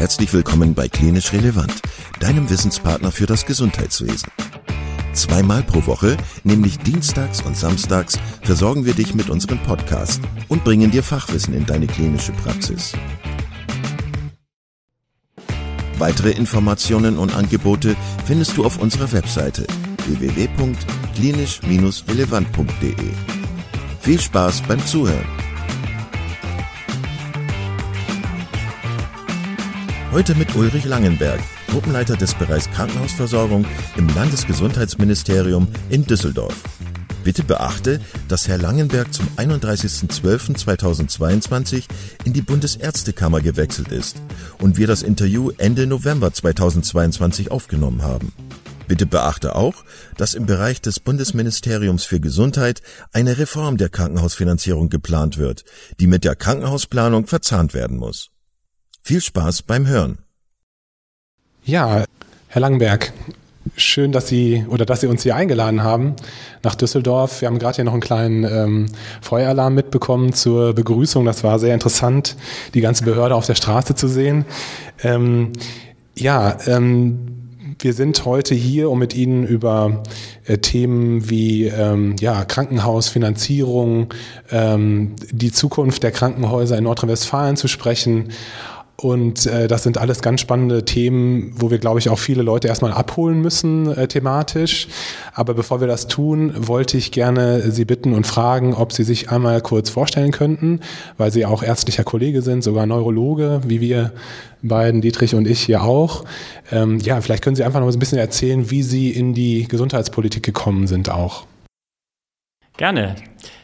Herzlich willkommen bei Klinisch Relevant, deinem Wissenspartner für das Gesundheitswesen. 2-mal pro Woche, nämlich dienstags und samstags, versorgen wir dich mit unserem Podcast und bringen dir Fachwissen in deine klinische Praxis. Weitere Informationen und Angebote findest du auf unserer Webseite www.klinisch-relevant.de. Viel Spaß beim Zuhören! Heute mit Ulrich Langenberg, Gruppenleiter des Bereichs Krankenhausversorgung im Landesgesundheitsministerium in Düsseldorf. Bitte beachte, dass Herr Langenberg zum 31.12.2022 in die Bundesärztekammer gewechselt ist und wir das Interview Ende November 2022 aufgenommen haben. Bitte beachte auch, dass im Bereich des Bundesministeriums für Gesundheit eine Reform der Krankenhausfinanzierung geplant wird, die mit der Krankenhausplanung verzahnt werden muss. Viel Spaß beim Hören. Ja, Herr Langenberg, schön, dass Sie uns hier eingeladen haben nach Düsseldorf. Wir haben gerade hier noch einen kleinen Feueralarm mitbekommen zur Begrüßung. Das war sehr interessant, die ganze Behörde auf der Straße zu sehen. Wir sind heute hier, um mit Ihnen über Themen wie Krankenhausfinanzierung, die Zukunft der Krankenhäuser in Nordrhein-Westfalen zu sprechen. Und das sind alles ganz spannende Themen, wo wir, glaube ich, auch viele Leute erstmal abholen müssen thematisch. Aber bevor wir das tun, wollte ich gerne Sie bitten und fragen, ob Sie sich einmal kurz vorstellen könnten, weil Sie auch ärztlicher Kollege sind, sogar Neurologe, wie wir beiden, Dietrich und ich hier auch. Vielleicht können Sie einfach noch ein bisschen erzählen, wie Sie in die Gesundheitspolitik gekommen sind auch. Gerne.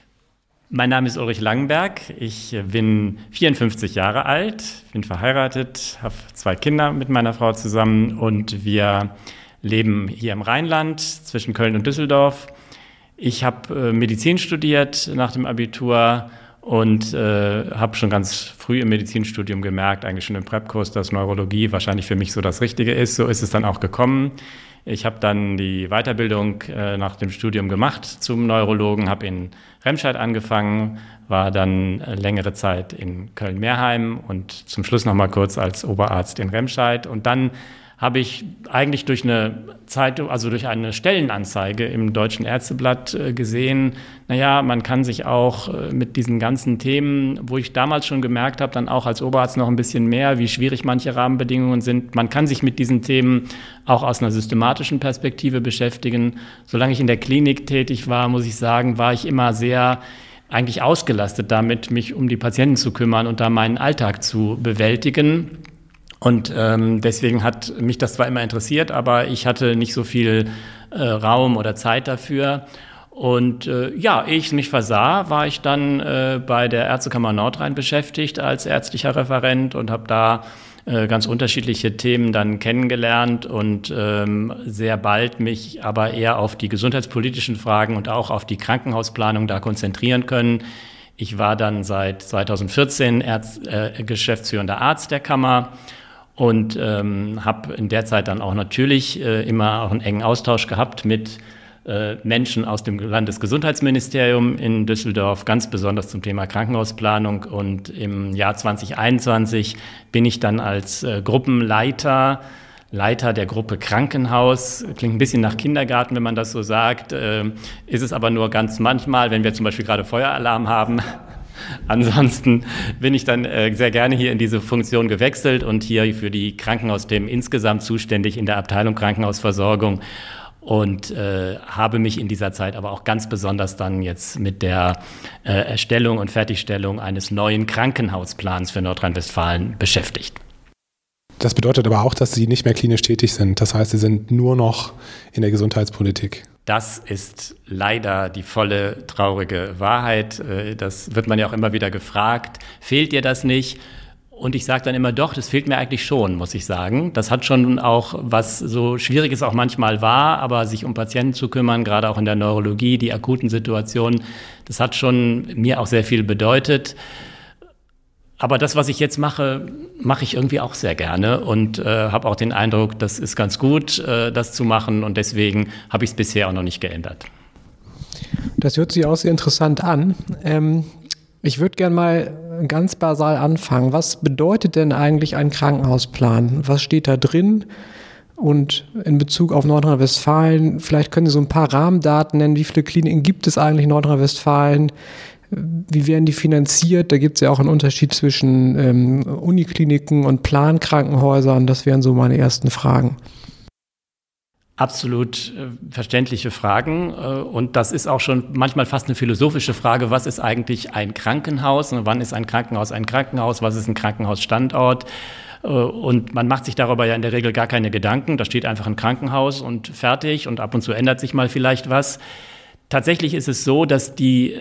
Mein Name ist Ulrich Langenberg, ich bin 54 Jahre alt, bin verheiratet, habe 2 Kinder mit meiner Frau zusammen und wir leben hier im Rheinland zwischen Köln und Düsseldorf. Ich habe Medizin studiert nach dem Abitur und habe schon ganz früh im Medizinstudium gemerkt, eigentlich schon im Prep-Kurs, dass Neurologie wahrscheinlich für mich so das Richtige ist. So ist es dann auch gekommen. Ich habe dann die Weiterbildung nach dem Studium gemacht zum Neurologen, habe in Remscheid angefangen, war dann längere Zeit in Köln-Meerheim und zum Schluss noch mal kurz als Oberarzt in Remscheid. Und dann habe ich eigentlich durch eine Zeitung, also durch eine Stellenanzeige im Deutschen Ärzteblatt gesehen, man kann sich auch mit diesen ganzen Themen, wo ich damals schon gemerkt habe, dann auch als Oberarzt noch ein bisschen mehr, wie schwierig manche Rahmenbedingungen sind. Man kann sich mit diesen Themen auch aus einer systematischen Perspektive beschäftigen. Solange ich in der Klinik tätig war, muss ich sagen, war ich immer sehr eigentlich ausgelastet damit, mich um die Patienten zu kümmern und da meinen Alltag zu bewältigen. Und deswegen hat mich das zwar immer interessiert, aber ich hatte nicht so viel Raum oder Zeit dafür. Und ehe ich mich versah, war ich dann bei der Ärztekammer Nordrhein beschäftigt als ärztlicher Referent und habe da ganz unterschiedliche Themen dann kennengelernt und sehr bald mich aber eher auf die gesundheitspolitischen Fragen und auch auf die Krankenhausplanung da konzentrieren können. Ich war dann seit 2014 geschäftsführender Arzt der Kammer. Und habe in der Zeit dann auch natürlich immer auch einen engen Austausch gehabt mit Menschen aus dem Landesgesundheitsministerium in Düsseldorf, ganz besonders zum Thema Krankenhausplanung. Und im Jahr 2021 bin ich dann als Gruppenleiter der Gruppe Krankenhaus, klingt ein bisschen nach Kindergarten, wenn man das so sagt, ist es aber nur ganz manchmal, wenn wir zum Beispiel gerade Feueralarm haben. Ansonsten bin ich dann sehr gerne hier in diese Funktion gewechselt und hier für die Krankenhausthemen insgesamt zuständig in der Abteilung Krankenhausversorgung und habe mich in dieser Zeit aber auch ganz besonders dann jetzt mit der Erstellung und Fertigstellung eines neuen Krankenhausplans für Nordrhein-Westfalen beschäftigt. Das bedeutet aber auch, dass Sie nicht mehr klinisch tätig sind. Das heißt, Sie sind nur noch in der Gesundheitspolitik. Das ist leider die volle traurige Wahrheit. Das wird man ja auch immer wieder gefragt. Fehlt dir das nicht? Und ich sage dann immer, doch, das fehlt mir eigentlich schon, muss ich sagen. Das hat schon auch, was so schwierig es auch manchmal war, aber sich um Patienten zu kümmern, gerade auch in der Neurologie, die akuten Situationen, das hat schon mir auch sehr viel bedeutet. Aber das, was ich jetzt mache, mache ich irgendwie auch sehr gerne und habe auch den Eindruck, das ist ganz gut, das zu machen. Und deswegen habe ich es bisher auch noch nicht geändert. Das hört sich auch sehr interessant an. Ich würde gerne mal ganz basal anfangen. Was bedeutet denn eigentlich ein Krankenhausplan? Was steht da drin? Und in Bezug auf Nordrhein-Westfalen, vielleicht können Sie so ein paar Rahmendaten nennen. Wie viele Kliniken gibt es eigentlich in Nordrhein-Westfalen? Wie werden die finanziert? Da gibt es ja auch einen Unterschied zwischen Unikliniken und Plankrankenhäusern. Das wären so meine ersten Fragen. Absolut verständliche Fragen. Und das ist auch schon manchmal fast eine philosophische Frage. Was ist eigentlich ein Krankenhaus? Und wann ist ein Krankenhaus ein Krankenhaus? Was ist ein Krankenhausstandort? Und man macht sich darüber ja in der Regel gar keine Gedanken. Da steht einfach ein Krankenhaus und fertig. Und ab und zu ändert sich mal vielleicht was. Tatsächlich ist es so, dass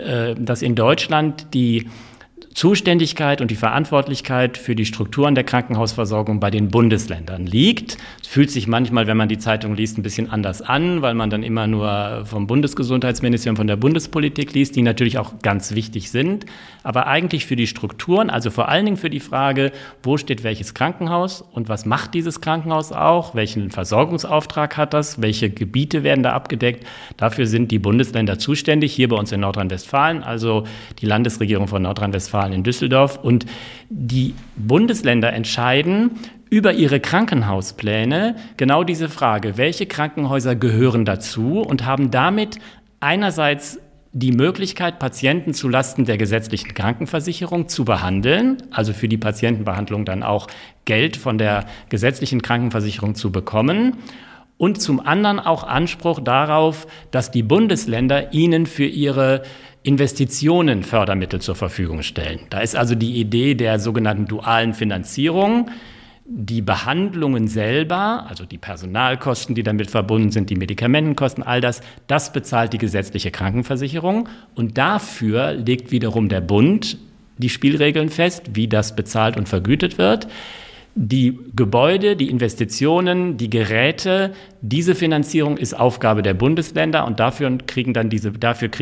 in Deutschland die Zuständigkeit und die Verantwortlichkeit für die Strukturen der Krankenhausversorgung bei den Bundesländern liegt. Es fühlt sich manchmal, wenn man die Zeitung liest, ein bisschen anders an, weil man dann immer nur vom Bundesgesundheitsministerium, von der Bundespolitik liest, die natürlich auch ganz wichtig sind. Aber eigentlich für die Strukturen, also vor allen Dingen für die Frage, wo steht welches Krankenhaus und was macht dieses Krankenhaus auch, welchen Versorgungsauftrag hat das, welche Gebiete werden da abgedeckt, dafür sind die Bundesländer zuständig, hier bei uns in Nordrhein-Westfalen, also die Landesregierung von Nordrhein-Westfalen in Düsseldorf. Und die Bundesländer entscheiden über ihre Krankenhauspläne genau diese Frage, welche Krankenhäuser gehören dazu und haben damit einerseits die Möglichkeit, Patienten zulasten der gesetzlichen Krankenversicherung zu behandeln, also für die Patientenbehandlung dann auch Geld von der gesetzlichen Krankenversicherung zu bekommen. Und zum anderen auch Anspruch darauf, dass die Bundesländer ihnen für ihre Investitionen Fördermittel zur Verfügung stellen. Da ist also die Idee der sogenannten dualen Finanzierung. Die Behandlungen selber, also die Personalkosten, die damit verbunden sind, die Medikamentenkosten, all das bezahlt die gesetzliche Krankenversicherung. Und dafür legt wiederum der Bund die Spielregeln fest, wie das bezahlt und vergütet wird. Die Gebäude, die Investitionen, die Geräte, diese Finanzierung ist Aufgabe der Bundesländer und dafür kriegen dann diese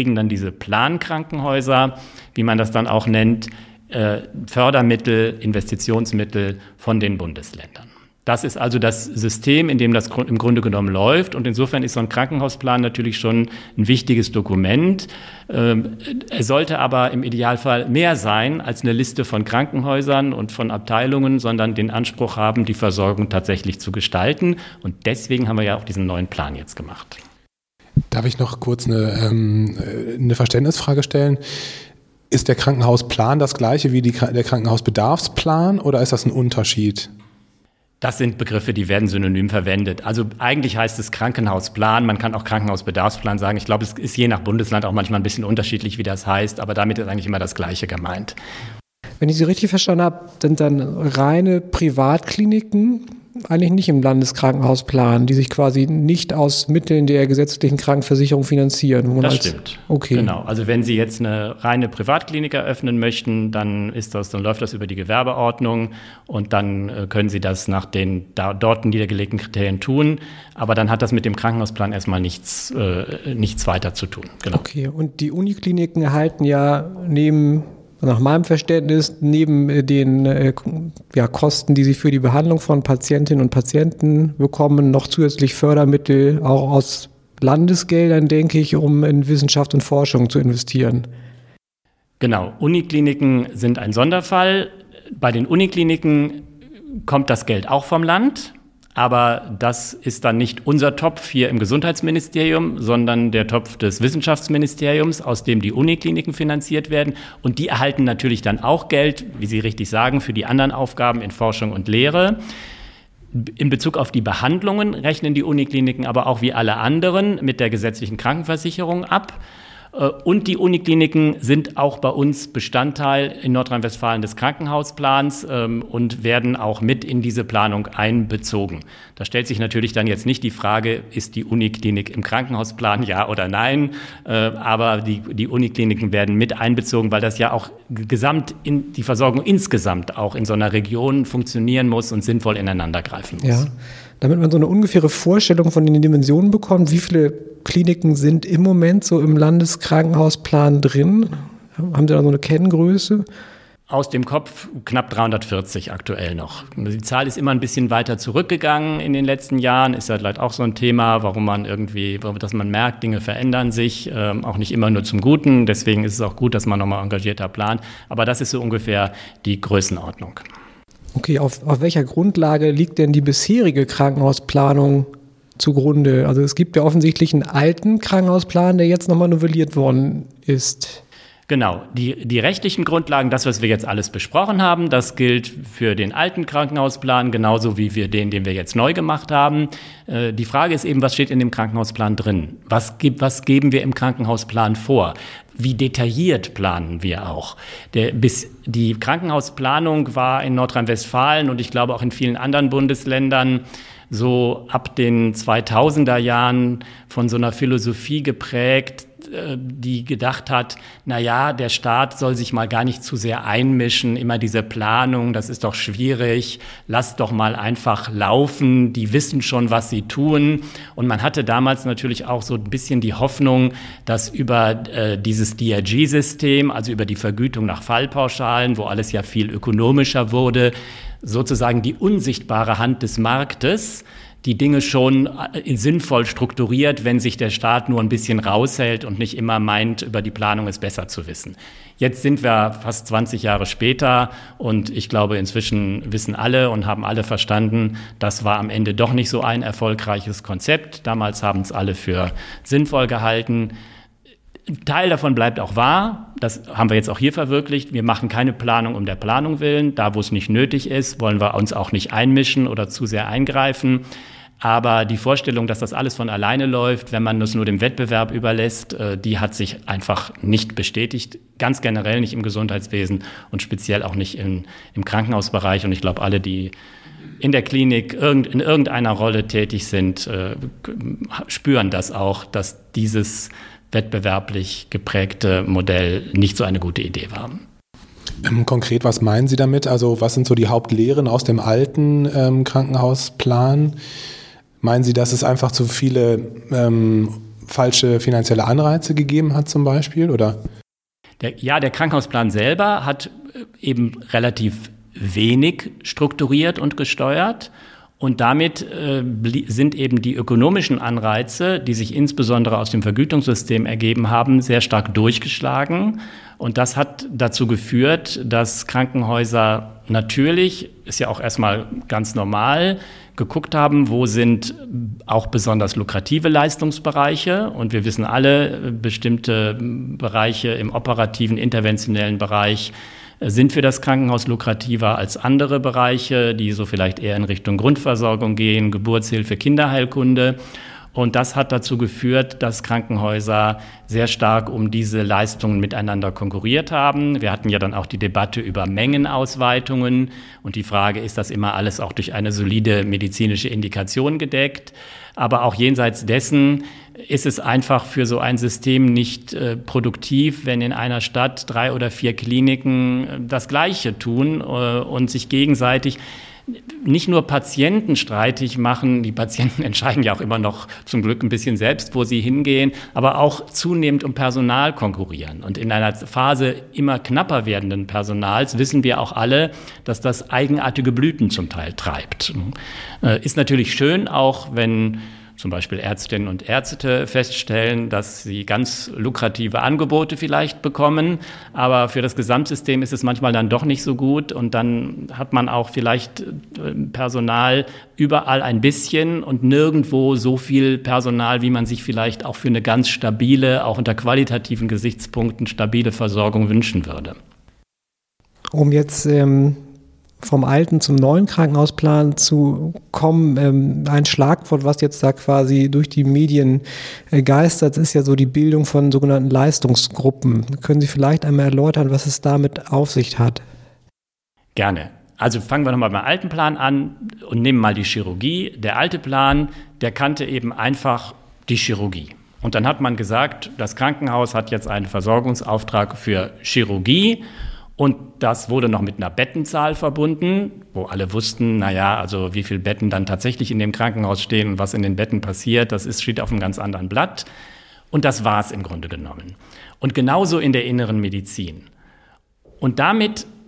Plankrankenhäuser, wie man das dann auch nennt, Fördermittel, Investitionsmittel von den Bundesländern. Das ist also das System, in dem das im Grunde genommen läuft. Und insofern ist so ein Krankenhausplan natürlich schon ein wichtiges Dokument. Er sollte aber im Idealfall mehr sein als eine Liste von Krankenhäusern und von Abteilungen, sondern den Anspruch haben, die Versorgung tatsächlich zu gestalten. Und deswegen haben wir ja auch diesen neuen Plan jetzt gemacht. Darf ich noch kurz eine Verständnisfrage stellen? Ist der Krankenhausplan das gleiche wie der Krankenhausbedarfsplan oder ist das ein Unterschied? Das sind Begriffe, die werden synonym verwendet. Also eigentlich heißt es Krankenhausplan, man kann auch Krankenhausbedarfsplan sagen. Ich glaube, es ist je nach Bundesland auch manchmal ein bisschen unterschiedlich, wie das heißt, aber damit ist eigentlich immer das Gleiche gemeint. Wenn ich Sie richtig verstanden habe, sind dann reine Privatkliniken eigentlich nicht im Landeskrankenhausplan, die sich quasi nicht aus Mitteln der gesetzlichen Krankenversicherung finanzieren. Das stimmt. Okay. Genau. Also wenn Sie jetzt eine reine Privatklinik eröffnen möchten, dann läuft das über die Gewerbeordnung und dann können Sie das nach den dort niedergelegten Kriterien tun. Aber dann hat das mit dem Krankenhausplan erstmal nichts weiter zu tun. Genau. Okay. Und die Unikliniken erhalten ja nach meinem Verständnis, neben den Kosten, die sie für die Behandlung von Patientinnen und Patienten bekommen, noch zusätzlich Fördermittel, auch aus Landesgeldern, denke ich, um in Wissenschaft und Forschung zu investieren. Genau, Unikliniken sind ein Sonderfall. Bei den Unikliniken kommt das Geld auch vom Land. Aber das ist dann nicht unser Topf hier im Gesundheitsministerium, sondern der Topf des Wissenschaftsministeriums, aus dem die Unikliniken finanziert werden. Und die erhalten natürlich dann auch Geld, wie Sie richtig sagen, für die anderen Aufgaben in Forschung und Lehre. In Bezug auf die Behandlungen rechnen die Unikliniken aber auch wie alle anderen mit der gesetzlichen Krankenversicherung ab. Und die Unikliniken sind auch bei uns Bestandteil in Nordrhein-Westfalen des Krankenhausplans und werden auch mit in diese Planung einbezogen. Da stellt sich natürlich dann jetzt nicht die Frage, ist die Uniklinik im Krankenhausplan, ja oder nein, aber die Unikliniken werden mit einbezogen, weil das ja auch die Versorgung insgesamt auch in so einer Region funktionieren muss und sinnvoll ineinander greifen muss. Ja. Damit man so eine ungefähre Vorstellung von den Dimensionen bekommt, wie viele Kliniken sind im Moment so im Landeskrankenhausplan drin? Haben Sie da so eine Kenngröße? Aus dem Kopf knapp 340 aktuell noch. Die Zahl ist immer ein bisschen weiter zurückgegangen in den letzten Jahren. Ist ja vielleicht auch so ein Thema, dass man merkt, Dinge verändern sich, auch nicht immer nur zum Guten. Deswegen ist es auch gut, dass man nochmal engagierter plant. Aber das ist so ungefähr die Größenordnung. Okay, auf welcher Grundlage liegt denn die bisherige Krankenhausplanung zugrunde? Also es gibt ja offensichtlich einen alten Krankenhausplan, der jetzt nochmal novelliert worden ist. Genau, die rechtlichen Grundlagen, das, was wir jetzt alles besprochen haben, das gilt für den alten Krankenhausplan genauso wie für den wir jetzt neu gemacht haben. Die Frage ist eben, was steht in dem Krankenhausplan drin? Was geben wir im Krankenhausplan vor? Wie detailliert planen wir auch? Die Krankenhausplanung war in Nordrhein-Westfalen und ich glaube auch in vielen anderen Bundesländern so ab den 2000er Jahren von so einer Philosophie geprägt, die gedacht hat, der Staat soll sich mal gar nicht zu sehr einmischen, immer diese Planung, das ist doch schwierig, lass doch mal einfach laufen, die wissen schon, was sie tun. Und man hatte damals natürlich auch so ein bisschen die Hoffnung, dass über dieses DRG-System, also über die Vergütung nach Fallpauschalen, wo alles ja viel ökonomischer wurde, sozusagen die unsichtbare Hand des Marktes die Dinge schon sinnvoll strukturiert, wenn sich der Staat nur ein bisschen raushält und nicht immer meint, über die Planung es besser zu wissen. Jetzt sind wir fast 20 Jahre später und ich glaube, inzwischen wissen alle und haben alle verstanden, das war am Ende doch nicht so ein erfolgreiches Konzept. Damals haben es alle für sinnvoll gehalten. Ein Teil davon bleibt auch wahr. Das haben wir jetzt auch hier verwirklicht. Wir machen keine Planung um der Planung willen. Da, wo es nicht nötig ist, wollen wir uns auch nicht einmischen oder zu sehr eingreifen. Aber die Vorstellung, dass das alles von alleine läuft, wenn man es nur dem Wettbewerb überlässt, die hat sich einfach nicht bestätigt. Ganz generell nicht im Gesundheitswesen und speziell auch nicht im Krankenhausbereich. Und ich glaube, alle, die in der Klinik in irgendeiner Rolle tätig sind, spüren das auch, dass dieses wettbewerblich geprägte Modell nicht so eine gute Idee war. Konkret, was meinen Sie damit? Also was sind so die Hauptlehren aus dem alten Krankenhausplan? Meinen Sie, dass es einfach zu viele falsche finanzielle Anreize gegeben hat zum Beispiel? Oder? Der Krankenhausplan selber hat eben relativ wenig strukturiert und gesteuert. Und damit sind eben die ökonomischen Anreize, die sich insbesondere aus dem Vergütungssystem ergeben haben, sehr stark durchgeschlagen. Und das hat dazu geführt, dass Krankenhäuser natürlich, ist ja auch erstmal ganz normal, geguckt haben, wo sind auch besonders lukrative Leistungsbereiche. Und wir wissen alle, bestimmte Bereiche im operativen, interventionellen Bereich sind für das Krankenhaus lukrativer als andere Bereiche, die so vielleicht eher in Richtung Grundversorgung gehen, Geburtshilfe, Kinderheilkunde. Und das hat dazu geführt, dass Krankenhäuser sehr stark um diese Leistungen miteinander konkurriert haben. Wir hatten ja dann auch die Debatte über Mengenausweitungen. Und die Frage, ist das immer alles auch durch eine solide medizinische Indikation gedeckt? Aber auch jenseits dessen ist es einfach für so ein System nicht produktiv, wenn in einer Stadt 3 oder 4 Kliniken das Gleiche tun und sich gegenseitig nicht nur Patienten streitig machen, die Patienten entscheiden ja auch immer noch zum Glück ein bisschen selbst, wo sie hingehen, aber auch zunehmend um Personal konkurrieren. Und in einer Phase immer knapper werdenden Personals wissen wir auch alle, dass das eigenartige Blüten zum Teil treibt. Ist natürlich schön, auch wenn zum Beispiel Ärztinnen und Ärzte feststellen, dass sie ganz lukrative Angebote vielleicht bekommen, aber für das Gesamtsystem ist es manchmal dann doch nicht so gut und dann hat man auch vielleicht Personal überall ein bisschen und nirgendwo so viel Personal, wie man sich vielleicht auch für eine ganz stabile, auch unter qualitativen Gesichtspunkten stabile Versorgung wünschen würde. Um jetzt vom alten zum neuen Krankenhausplan zu kommen, ein Schlagwort, was jetzt da quasi durch die Medien geistert, ist ja so die Bildung von sogenannten Leistungsgruppen. Können Sie vielleicht einmal erläutern, was es damit auf sich hat? Gerne. Also fangen wir nochmal beim alten Plan an und nehmen mal die Chirurgie. Der alte Plan, der kannte eben einfach die Chirurgie. Und dann hat man gesagt, das Krankenhaus hat jetzt einen Versorgungsauftrag für Chirurgie. Und das wurde noch mit einer Bettenzahl verbunden, wo alle wussten, also wie viele Betten dann tatsächlich in dem Krankenhaus stehen und was in den Betten passiert, steht auf einem ganz anderen Blatt. Und das war es im Grunde genommen. Und genauso in der inneren Medizin. Und damit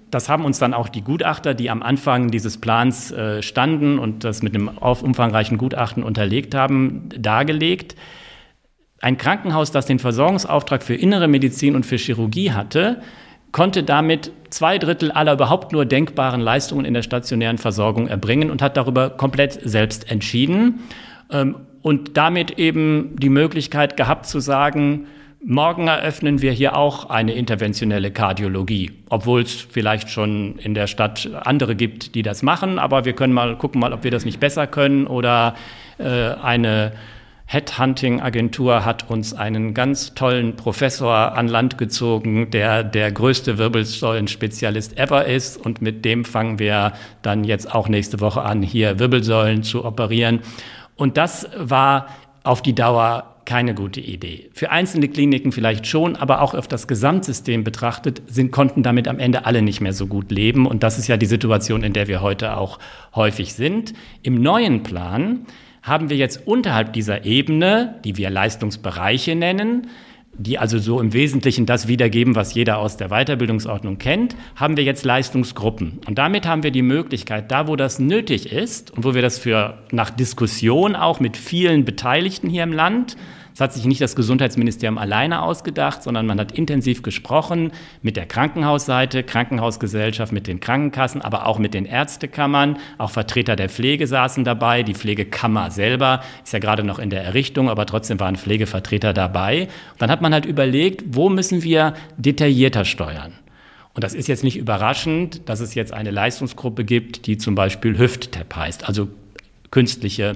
das haben uns dann auch die Gutachter, die am Anfang dieses Plans standen und das mit einem umfangreichen Gutachten unterlegt haben, dargelegt. Ein Krankenhaus, das den Versorgungsauftrag für innere Medizin und für Chirurgie hatte, konnte damit 2/3 aller überhaupt nur denkbaren Leistungen in der stationären Versorgung erbringen und hat darüber komplett selbst entschieden und damit eben die Möglichkeit gehabt zu sagen, morgen eröffnen wir hier auch eine interventionelle Kardiologie, obwohl es vielleicht schon in der Stadt andere gibt, die das machen, aber wir können mal gucken, ob wir das nicht besser können oder eine Headhunting-Agentur hat uns einen ganz tollen Professor an Land gezogen, der der größte Wirbelsäulenspezialist ever ist und mit dem fangen wir dann jetzt auch nächste Woche an, hier Wirbelsäulen zu operieren. Und das war auf die Dauer keine gute Idee. Für einzelne Kliniken vielleicht schon, aber auch auf das Gesamtsystem betrachtet konnten damit am Ende alle nicht mehr so gut leben. Und das ist ja die Situation, in der wir heute auch häufig sind. Im neuen Plan haben wir jetzt unterhalb dieser Ebene, die wir Leistungsbereiche nennen, die also so im Wesentlichen das wiedergeben, was jeder aus der Weiterbildungsordnung kennt, haben wir jetzt Leistungsgruppen. Und damit haben wir die Möglichkeit, da wo das nötig ist und wo wir das nach Diskussion auch mit vielen Beteiligten hier im Land, das hat sich nicht das Gesundheitsministerium alleine ausgedacht, sondern man hat intensiv gesprochen mit der Krankenhausseite, Krankenhausgesellschaft, mit den Krankenkassen, aber auch mit den Ärztekammern. Auch Vertreter der Pflege saßen dabei. Die Pflegekammer selber ist ja gerade noch in der Errichtung, aber trotzdem waren Pflegevertreter dabei. Und dann hat man halt überlegt, wo müssen wir detaillierter steuern? Und das ist jetzt nicht überraschend, dass es jetzt eine Leistungsgruppe gibt, die zum Beispiel Hüft-TAP heißt, also künstliche,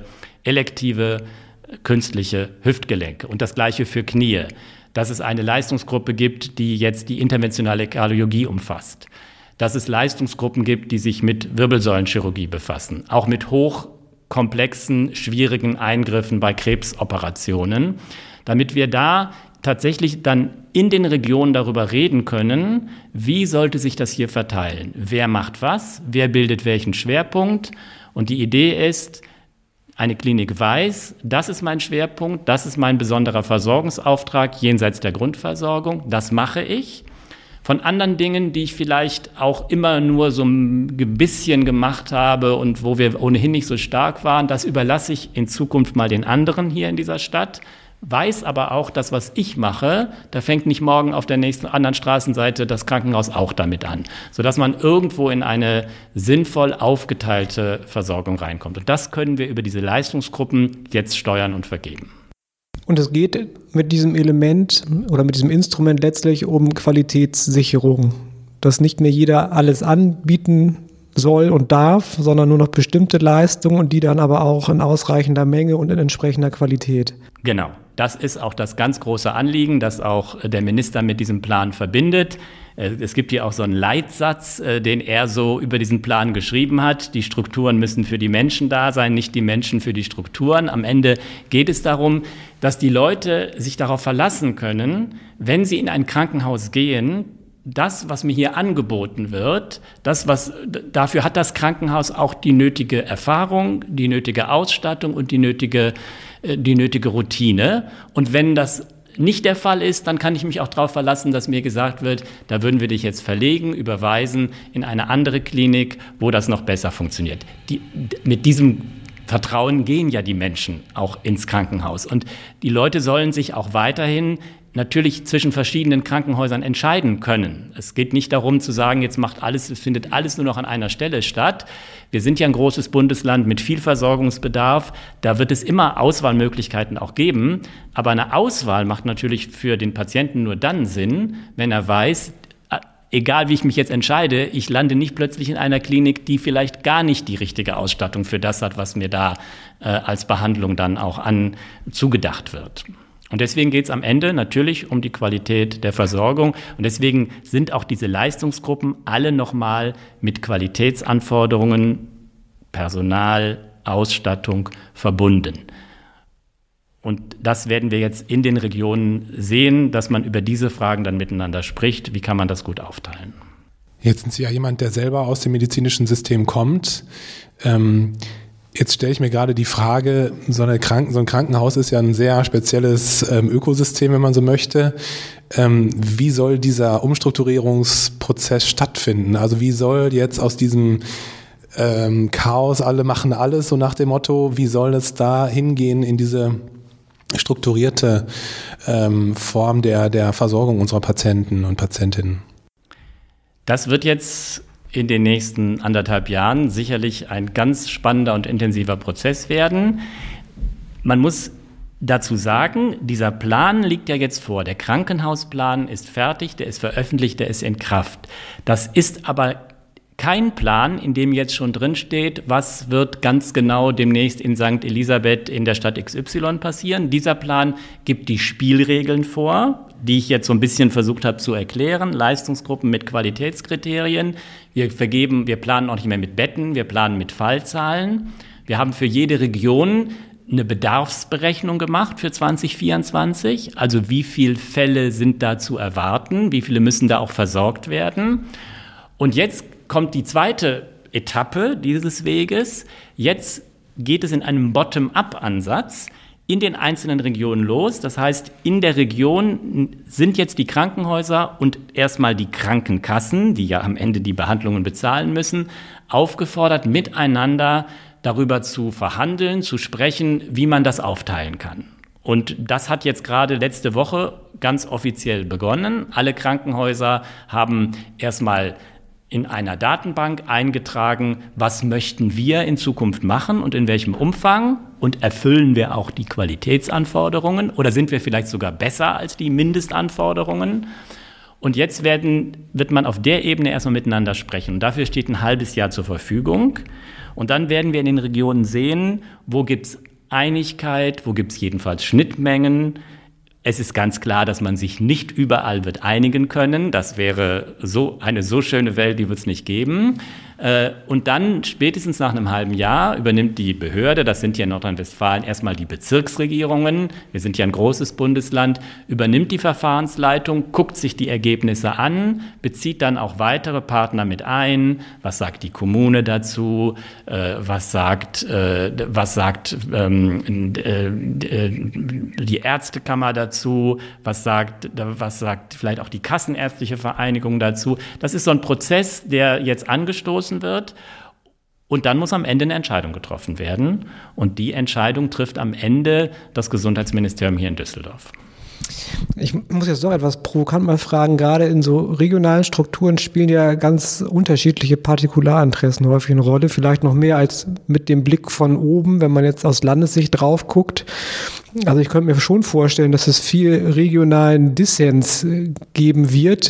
künstliche Hüftgelenke und das Gleiche für Knie, dass es eine Leistungsgruppe gibt, die jetzt die interventionale Kardiologie umfasst, dass es Leistungsgruppen gibt, die sich mit Wirbelsäulenchirurgie befassen, auch mit hochkomplexen, schwierigen Eingriffen bei Krebsoperationen, damit wir da tatsächlich dann in den Regionen darüber reden können, wie sollte sich das hier verteilen, wer macht was, wer bildet welchen Schwerpunkt. Und die Idee ist, eine Klinik weiß, das ist mein Schwerpunkt, das ist mein besonderer Versorgungsauftrag jenseits der Grundversorgung, das mache ich. Von anderen Dingen, die ich vielleicht auch immer nur so ein bisschen gemacht habe und wo wir ohnehin nicht so stark waren, das überlasse ich in Zukunft mal den anderen hier in dieser Stadt. Weiß aber auch, das, was ich mache, da fängt nicht morgen auf der nächsten anderen Straßenseite das Krankenhaus auch damit an, sodass man irgendwo in eine sinnvoll aufgeteilte Versorgung reinkommt. Und das können wir über diese Leistungsgruppen jetzt steuern und vergeben. Und es geht mit diesem Element oder mit diesem Instrument letztlich um Qualitätssicherung, dass nicht mehr jeder alles anbieten soll und darf, sondern nur noch bestimmte Leistungen und die dann aber auch in ausreichender Menge und in entsprechender Qualität. Genau. Das ist auch das ganz große Anliegen, das auch der Minister mit diesem Plan verbindet. Es gibt hier auch so einen Leitsatz, den er so über diesen Plan geschrieben hat. Die Strukturen müssen für die Menschen da sein, nicht die Menschen für die Strukturen. Am Ende geht es darum, dass die Leute sich darauf verlassen können, wenn sie in ein Krankenhaus gehen, das, was mir hier angeboten wird, dafür hat das Krankenhaus auch die nötige Erfahrung, die nötige Ausstattung und die nötige Routine. Und wenn das nicht der Fall ist, dann kann ich mich auch darauf verlassen, dass mir gesagt wird, da würden wir dich jetzt verlegen, überweisen in eine andere Klinik, wo das noch besser funktioniert. Mit diesem Vertrauen gehen ja die Menschen auch ins Krankenhaus. Und die Leute sollen sich auch weiterhin natürlich zwischen verschiedenen Krankenhäusern entscheiden können. Es geht nicht darum zu sagen, es findet alles nur noch an einer Stelle statt. Wir sind ja ein großes Bundesland mit viel Versorgungsbedarf. Da wird es immer Auswahlmöglichkeiten auch geben. Aber eine Auswahl macht natürlich für den Patienten nur dann Sinn, wenn er weiß, egal wie ich mich jetzt entscheide, ich lande nicht plötzlich in einer Klinik, die vielleicht gar nicht die richtige Ausstattung für das hat, was mir da als Behandlung dann auch zugedacht wird. Und deswegen geht es am Ende natürlich um die Qualität der Versorgung. Und deswegen sind auch diese Leistungsgruppen alle nochmal mit Qualitätsanforderungen, Personal, Ausstattung verbunden. Und das werden wir jetzt in den Regionen sehen, dass man über diese Fragen dann miteinander spricht. Wie kann man das gut aufteilen? Jetzt sind Sie ja jemand, der selber aus dem medizinischen System kommt. Jetzt stelle ich mir gerade die Frage, so ein Krankenhaus ist ja ein sehr spezielles Ökosystem, wenn man so möchte. Wie soll dieser Umstrukturierungsprozess stattfinden? Also wie soll jetzt aus diesem Chaos, alle machen alles, so nach dem Motto, wie soll es da hingehen in diese strukturierte Form der Versorgung unserer Patienten und Patientinnen? Das wird jetzt in den nächsten 1,5 Jahren sicherlich ein ganz spannender und intensiver Prozess werden. Man muss dazu sagen, dieser Plan liegt ja jetzt vor. Der Krankenhausplan ist fertig, der ist veröffentlicht, der ist in Kraft. Das ist aber kein Plan, in dem jetzt schon drinsteht, was wird ganz genau demnächst in St. Elisabeth in der Stadt XY passieren. Dieser Plan gibt die Spielregeln vor, die ich jetzt so ein bisschen versucht habe zu erklären. Leistungsgruppen mit Qualitätskriterien. Wir planen auch nicht mehr mit Betten, wir planen mit Fallzahlen. Wir haben für jede Region eine Bedarfsberechnung gemacht für 2024. Also wie viele Fälle sind da zu erwarten, wie viele müssen da auch versorgt werden. Und jetzt kommt die zweite Etappe dieses Weges. Jetzt geht es in einem Bottom-up-Ansatz in den einzelnen Regionen los. Das heißt, in der Region sind jetzt die Krankenhäuser und erstmal die Krankenkassen, die ja am Ende die Behandlungen bezahlen müssen, aufgefordert, miteinander darüber zu verhandeln, zu sprechen, wie man das aufteilen kann. Und das hat jetzt gerade letzte Woche ganz offiziell begonnen. Alle Krankenhäuser haben erstmal in einer Datenbank eingetragen, was möchten wir in Zukunft machen und in welchem Umfang, und erfüllen wir auch die Qualitätsanforderungen oder sind wir vielleicht sogar besser als die Mindestanforderungen. Und jetzt wird man auf der Ebene erstmal miteinander sprechen. Und dafür steht ein halbes Jahr zur Verfügung. Und dann werden wir in den Regionen sehen, wo gibt es Einigkeit, wo gibt es jedenfalls Schnittmengen. Es ist ganz klar, dass man sich nicht überall wird einigen können. Das wäre eine so schöne Welt, die wird es nicht geben. Und dann spätestens nach einem halben Jahr übernimmt die Behörde, das sind ja in Nordrhein-Westfalen erstmal die Bezirksregierungen, wir sind ja ein großes Bundesland, übernimmt die Verfahrensleitung, guckt sich die Ergebnisse an, bezieht dann auch weitere Partner mit ein. Was sagt die Kommune dazu? Was sagt die Ärztekammer dazu? Was sagt vielleicht auch die Kassenärztliche Vereinigung dazu? Das ist so ein Prozess, der jetzt angestoßen wird. Und dann muss am Ende eine Entscheidung getroffen werden. Und die Entscheidung trifft am Ende das Gesundheitsministerium hier in Düsseldorf. Ich muss jetzt doch etwas provokant mal fragen, gerade in so regionalen Strukturen spielen ja ganz unterschiedliche Partikularinteressen häufig eine Rolle, vielleicht noch mehr als mit dem Blick von oben, wenn man jetzt aus Landessicht drauf guckt. Also ich könnte mir schon vorstellen, dass es viel regionalen Dissens geben wird.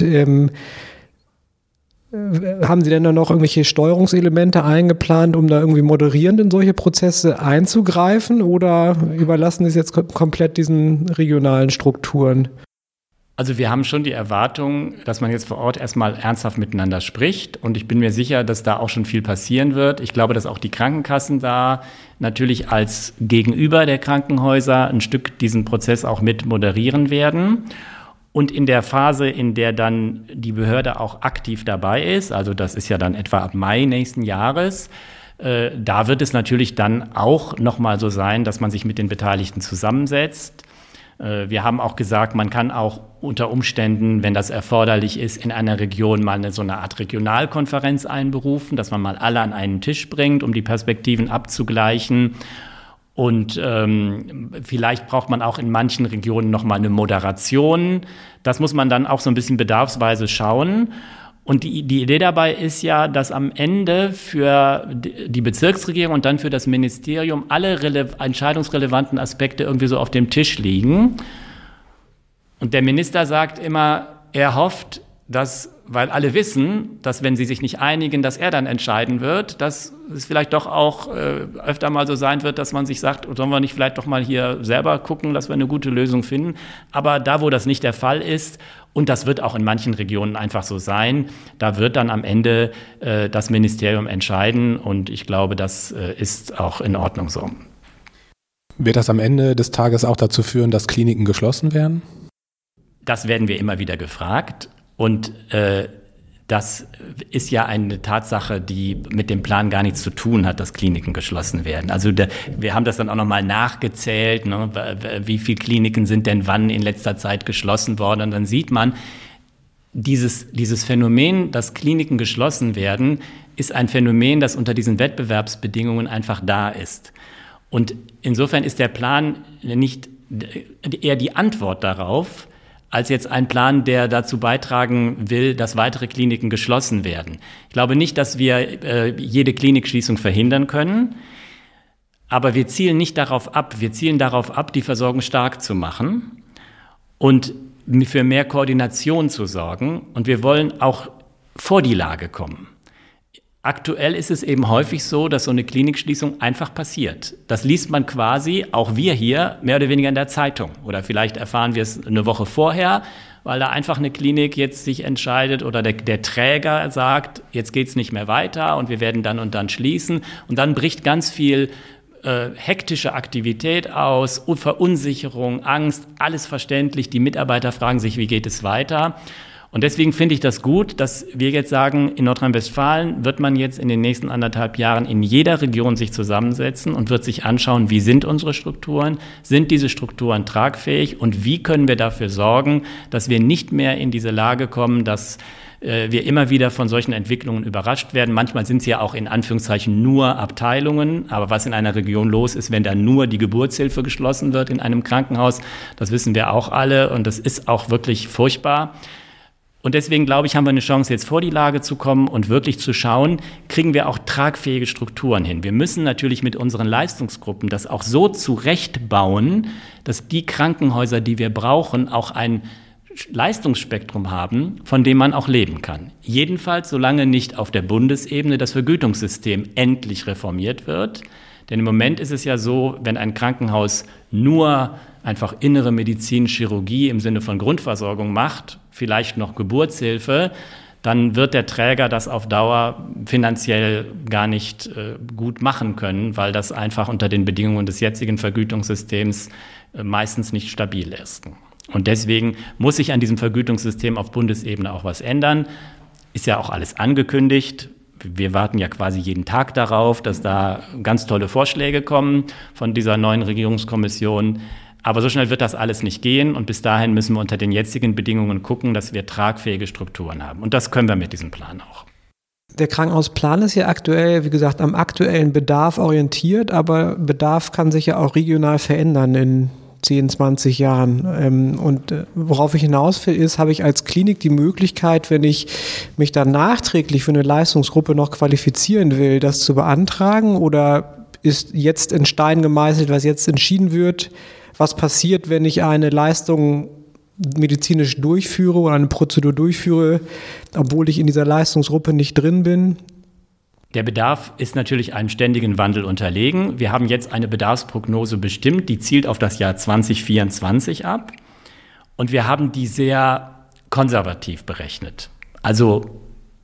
Haben Sie denn da noch irgendwelche Steuerungselemente eingeplant, um da irgendwie moderierend in solche Prozesse einzugreifen, oder überlassen Sie es jetzt komplett diesen regionalen Strukturen? Also wir haben schon die Erwartung, dass man jetzt vor Ort erstmal ernsthaft miteinander spricht, und ich bin mir sicher, dass da auch schon viel passieren wird. Ich glaube, dass auch die Krankenkassen da natürlich als Gegenüber der Krankenhäuser ein Stück diesen Prozess auch mit moderieren werden. Und in der Phase, in der dann die Behörde auch aktiv dabei ist, also das ist ja dann etwa ab Mai nächsten Jahres, da wird es natürlich dann auch nochmal so sein, dass man sich mit den Beteiligten zusammensetzt. Wir haben auch gesagt, man kann auch unter Umständen, wenn das erforderlich ist, in einer Region mal so eine Art Regionalkonferenz einberufen, dass man mal alle an einen Tisch bringt, um die Perspektiven abzugleichen. Und vielleicht braucht man auch in manchen Regionen nochmal eine Moderation. Das muss man dann auch so ein bisschen bedarfsweise schauen. Und die Idee dabei ist ja, dass am Ende für die Bezirksregierung und dann für das Ministerium alle entscheidungsrelevanten Aspekte irgendwie so auf dem Tisch liegen. Und der Minister sagt immer, er hofft, weil alle wissen, dass wenn sie sich nicht einigen, dass er dann entscheiden wird, dass es vielleicht doch auch öfter mal so sein wird, dass man sich sagt, sollen wir nicht vielleicht doch mal hier selber gucken, dass wir eine gute Lösung finden. Aber da, wo das nicht der Fall ist, und das wird auch in manchen Regionen einfach so sein, da wird dann am Ende das Ministerium entscheiden, und ich glaube, das ist auch in Ordnung so. Wird das am Ende des Tages auch dazu führen, dass Kliniken geschlossen werden? Das werden wir immer wieder gefragt. Und Das ist ja eine Tatsache, die mit dem Plan gar nichts zu tun hat, dass Kliniken geschlossen werden. Also wir haben das dann auch nochmal nachgezählt, ne? Wie viele Kliniken sind denn wann in letzter Zeit geschlossen worden. Und dann sieht man, dieses Phänomen, dass Kliniken geschlossen werden, ist ein Phänomen, das unter diesen Wettbewerbsbedingungen einfach da ist. Und insofern ist der Plan nicht eher die Antwort darauf, als jetzt ein Plan, der dazu beitragen will, dass weitere Kliniken geschlossen werden. Ich glaube nicht, dass wir jede Klinikschließung verhindern können, aber wir zielen nicht darauf ab. Wir zielen darauf ab, die Versorgung stark zu machen und für mehr Koordination zu sorgen. Und wir wollen auch vor die Lage kommen. Aktuell ist es eben häufig so, dass so eine Klinikschließung einfach passiert. Das liest man quasi, auch wir hier, mehr oder weniger in der Zeitung. Oder vielleicht erfahren wir es eine Woche vorher, weil da einfach eine Klinik jetzt sich entscheidet oder der Träger sagt, jetzt geht's nicht mehr weiter und wir werden dann und dann schließen. Und dann bricht ganz viel hektische Aktivität aus, Verunsicherung, Angst, alles verständlich. Die Mitarbeiter fragen sich, wie geht es weiter? Und deswegen finde ich das gut, dass wir jetzt sagen, in Nordrhein-Westfalen wird man jetzt in den nächsten 1,5 Jahren in jeder Region sich zusammensetzen und wird sich anschauen, wie sind unsere Strukturen, sind diese Strukturen tragfähig und wie können wir dafür sorgen, dass wir nicht mehr in diese Lage kommen, dass wir immer wieder von solchen Entwicklungen überrascht werden. Manchmal sind es ja auch in Anführungszeichen nur Abteilungen, aber was in einer Region los ist, wenn da nur die Geburtshilfe geschlossen wird in einem Krankenhaus, das wissen wir auch alle und das ist auch wirklich furchtbar. Und deswegen, glaube ich, haben wir eine Chance, jetzt vor die Lage zu kommen und wirklich zu schauen, kriegen wir auch tragfähige Strukturen hin. Wir müssen natürlich mit unseren Leistungsgruppen das auch so zurechtbauen, dass die Krankenhäuser, die wir brauchen, auch ein Leistungsspektrum haben, von dem man auch leben kann. Jedenfalls, solange nicht auf der Bundesebene das Vergütungssystem endlich reformiert wird. Denn im Moment ist es ja so, wenn ein Krankenhaus nur einfach innere Medizin, Chirurgie im Sinne von Grundversorgung macht, vielleicht noch Geburtshilfe, dann wird der Träger das auf Dauer finanziell gar nicht gut machen können, weil das einfach unter den Bedingungen des jetzigen Vergütungssystems meistens nicht stabil ist. Und deswegen muss sich an diesem Vergütungssystem auf Bundesebene auch was ändern. Ist ja auch alles angekündigt. Wir warten ja quasi jeden Tag darauf, dass da ganz tolle Vorschläge kommen von dieser neuen Regierungskommission. Aber so schnell wird das alles nicht gehen und bis dahin müssen wir unter den jetzigen Bedingungen gucken, dass wir tragfähige Strukturen haben. Und das können wir mit diesem Plan auch. Der Krankenhausplan ist ja aktuell, wie gesagt, am aktuellen Bedarf orientiert, aber Bedarf kann sich ja auch regional verändern in 10, 20 Jahren. Und worauf ich hinaus will, ist, habe ich als Klinik die Möglichkeit, wenn ich mich dann nachträglich für eine Leistungsgruppe noch qualifizieren will, das zu beantragen? Oder ist jetzt in Stein gemeißelt, was jetzt entschieden wird? Was passiert, wenn ich eine Leistung medizinisch durchführe oder eine Prozedur durchführe, obwohl ich in dieser Leistungsgruppe nicht drin bin? Der Bedarf ist natürlich einem ständigen Wandel unterlegen. Wir haben jetzt eine Bedarfsprognose bestimmt, die zielt auf das Jahr 2024 ab. Und wir haben die sehr konservativ berechnet. Also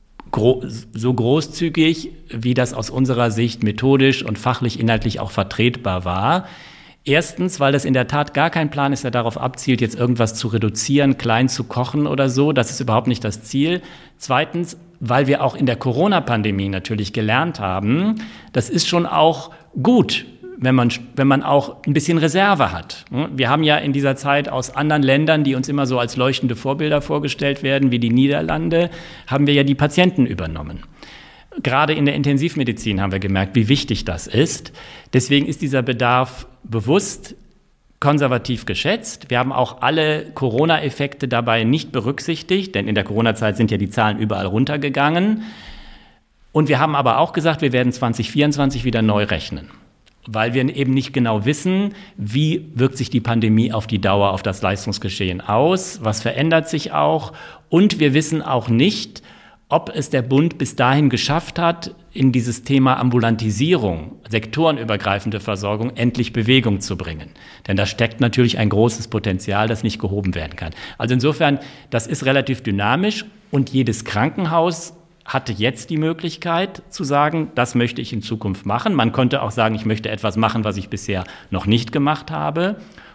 so großzügig, wie das aus unserer Sicht methodisch und fachlich inhaltlich auch vertretbar war. Erstens, weil das in der Tat gar kein Plan ist, der darauf abzielt, jetzt irgendwas zu reduzieren, klein zu kochen oder so. Das ist überhaupt nicht das Ziel. Zweitens, weil wir auch in der Corona-Pandemie natürlich gelernt haben, das ist schon auch gut, wenn man auch ein bisschen Reserve hat. Wir haben ja in dieser Zeit aus anderen Ländern, die uns immer so als leuchtende Vorbilder vorgestellt werden, wie die Niederlande, haben wir ja die Patienten übernommen. Gerade in der Intensivmedizin haben wir gemerkt, wie wichtig das ist. Deswegen ist dieser Bedarf bewusst konservativ geschätzt. Wir haben auch alle Corona-Effekte dabei nicht berücksichtigt, denn in der Corona-Zeit sind ja die Zahlen überall runtergegangen. Und wir haben aber auch gesagt, wir werden 2024 wieder neu rechnen, weil wir eben nicht genau wissen, wie wirkt sich die Pandemie auf die Dauer auf das Leistungsgeschehen aus, was verändert sich auch. Und wir wissen auch nicht, ob es der Bund bis dahin geschafft hat, in dieses Thema Ambulantisierung, sektorenübergreifende Versorgung, endlich Bewegung zu bringen. Denn da steckt natürlich ein großes Potenzial, das nicht gehoben werden kann. Also insofern, das ist relativ dynamisch und jedes Krankenhaus hatte jetzt die Möglichkeit zu sagen, das möchte ich in Zukunft machen. Man konnte auch sagen, ich möchte etwas machen, was ich bisher noch nicht gemacht habe.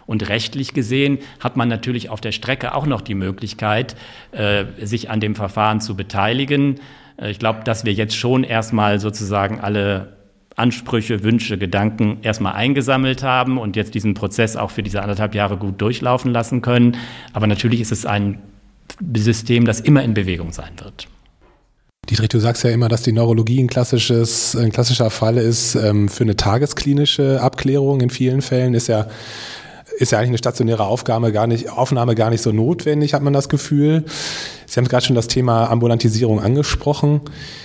Und rechtlich gesehen hat man natürlich auf der Strecke auch noch die Möglichkeit, sich an dem Verfahren zu beteiligen. Ich glaube, dass wir jetzt schon erstmal sozusagen alle Ansprüche, Wünsche, Gedanken erstmal eingesammelt haben und jetzt diesen Prozess auch für diese 1,5 Jahre gut durchlaufen lassen können. Aber natürlich ist es ein System, das immer in Bewegung sein wird. Dietrich, du sagst ja immer, dass die Neurologie ein klassischer Fall ist für eine tagesklinische Abklärung. In vielen Fällen ist ja eigentlich eine stationäre Aufnahme gar nicht so notwendig, hat man das Gefühl. Sie haben gerade schon das Thema Ambulantisierung angesprochen.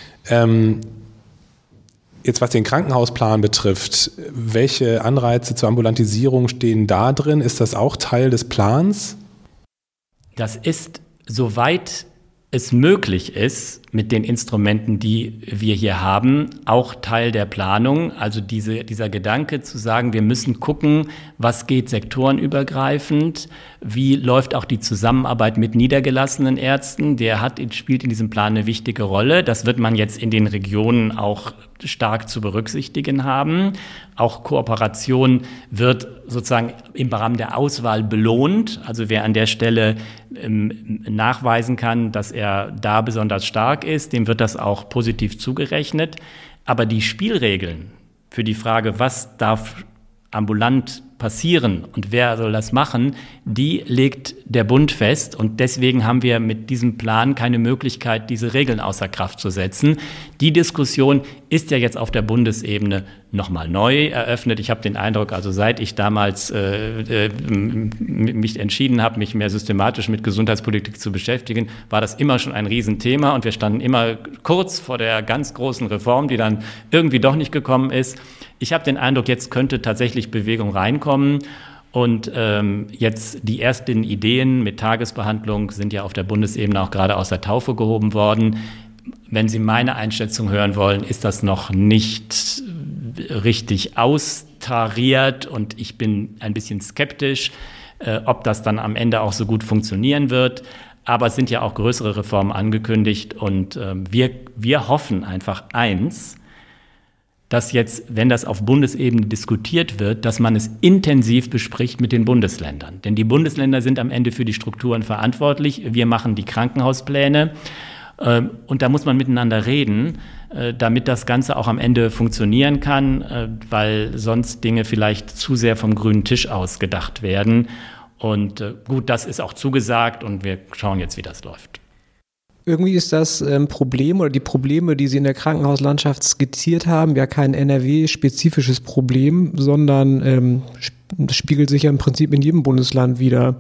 Jetzt was den Krankenhausplan betrifft, welche Anreize zur Ambulantisierung stehen da drin? Ist das auch Teil des Plans? Das ist, soweit es möglich ist, mit den Instrumenten, die wir hier haben, auch Teil der Planung. Also dieser Gedanke zu sagen, wir müssen gucken, was geht sektorenübergreifend, wie läuft auch die Zusammenarbeit mit niedergelassenen Ärzten, spielt in diesem Plan eine wichtige Rolle. Das wird man jetzt in den Regionen auch stark zu berücksichtigen haben. Auch Kooperation wird sozusagen im Rahmen der Auswahl belohnt. Also wer an der Stelle nachweisen kann, dass er da besonders stark ist, dem wird das auch positiv zugerechnet. Aber die Spielregeln für die Frage, was darf ambulant passieren und wer soll das machen, die legt der Bund fest. Und deswegen haben wir mit diesem Plan keine Möglichkeit, diese Regeln außer Kraft zu setzen. Die Diskussion ist ja jetzt auf der Bundesebene nochmal neu eröffnet. Ich habe den Eindruck, also seit ich damals mich entschieden habe, mich mehr systematisch mit Gesundheitspolitik zu beschäftigen, war das immer schon ein Riesenthema und wir standen immer kurz vor der ganz großen Reform, die dann irgendwie doch nicht gekommen ist. Ich habe den Eindruck, jetzt könnte tatsächlich Bewegung reinkommen und jetzt die ersten Ideen mit Tagesbehandlung sind ja auf der Bundesebene auch gerade aus der Taufe gehoben worden. Wenn Sie meine Einschätzung hören wollen, ist das noch nicht richtig austariert und ich bin ein bisschen skeptisch, ob das dann am Ende auch so gut funktionieren wird. Aber es sind ja auch größere Reformen angekündigt und wir hoffen einfach eins, dass jetzt, wenn das auf Bundesebene diskutiert wird, dass man es intensiv bespricht mit den Bundesländern. Denn die Bundesländer sind am Ende für die Strukturen verantwortlich. Wir machen die Krankenhauspläne. Und da muss man miteinander reden, damit das Ganze auch am Ende funktionieren kann, weil sonst Dinge vielleicht zu sehr vom grünen Tisch aus gedacht werden. Und gut, das ist auch zugesagt und wir schauen jetzt, wie das läuft. Irgendwie ist das Problem oder die Probleme, die Sie in der Krankenhauslandschaft skizziert haben, ja kein NRW-spezifisches Problem, sondern das spiegelt sich ja im Prinzip in jedem Bundesland wider.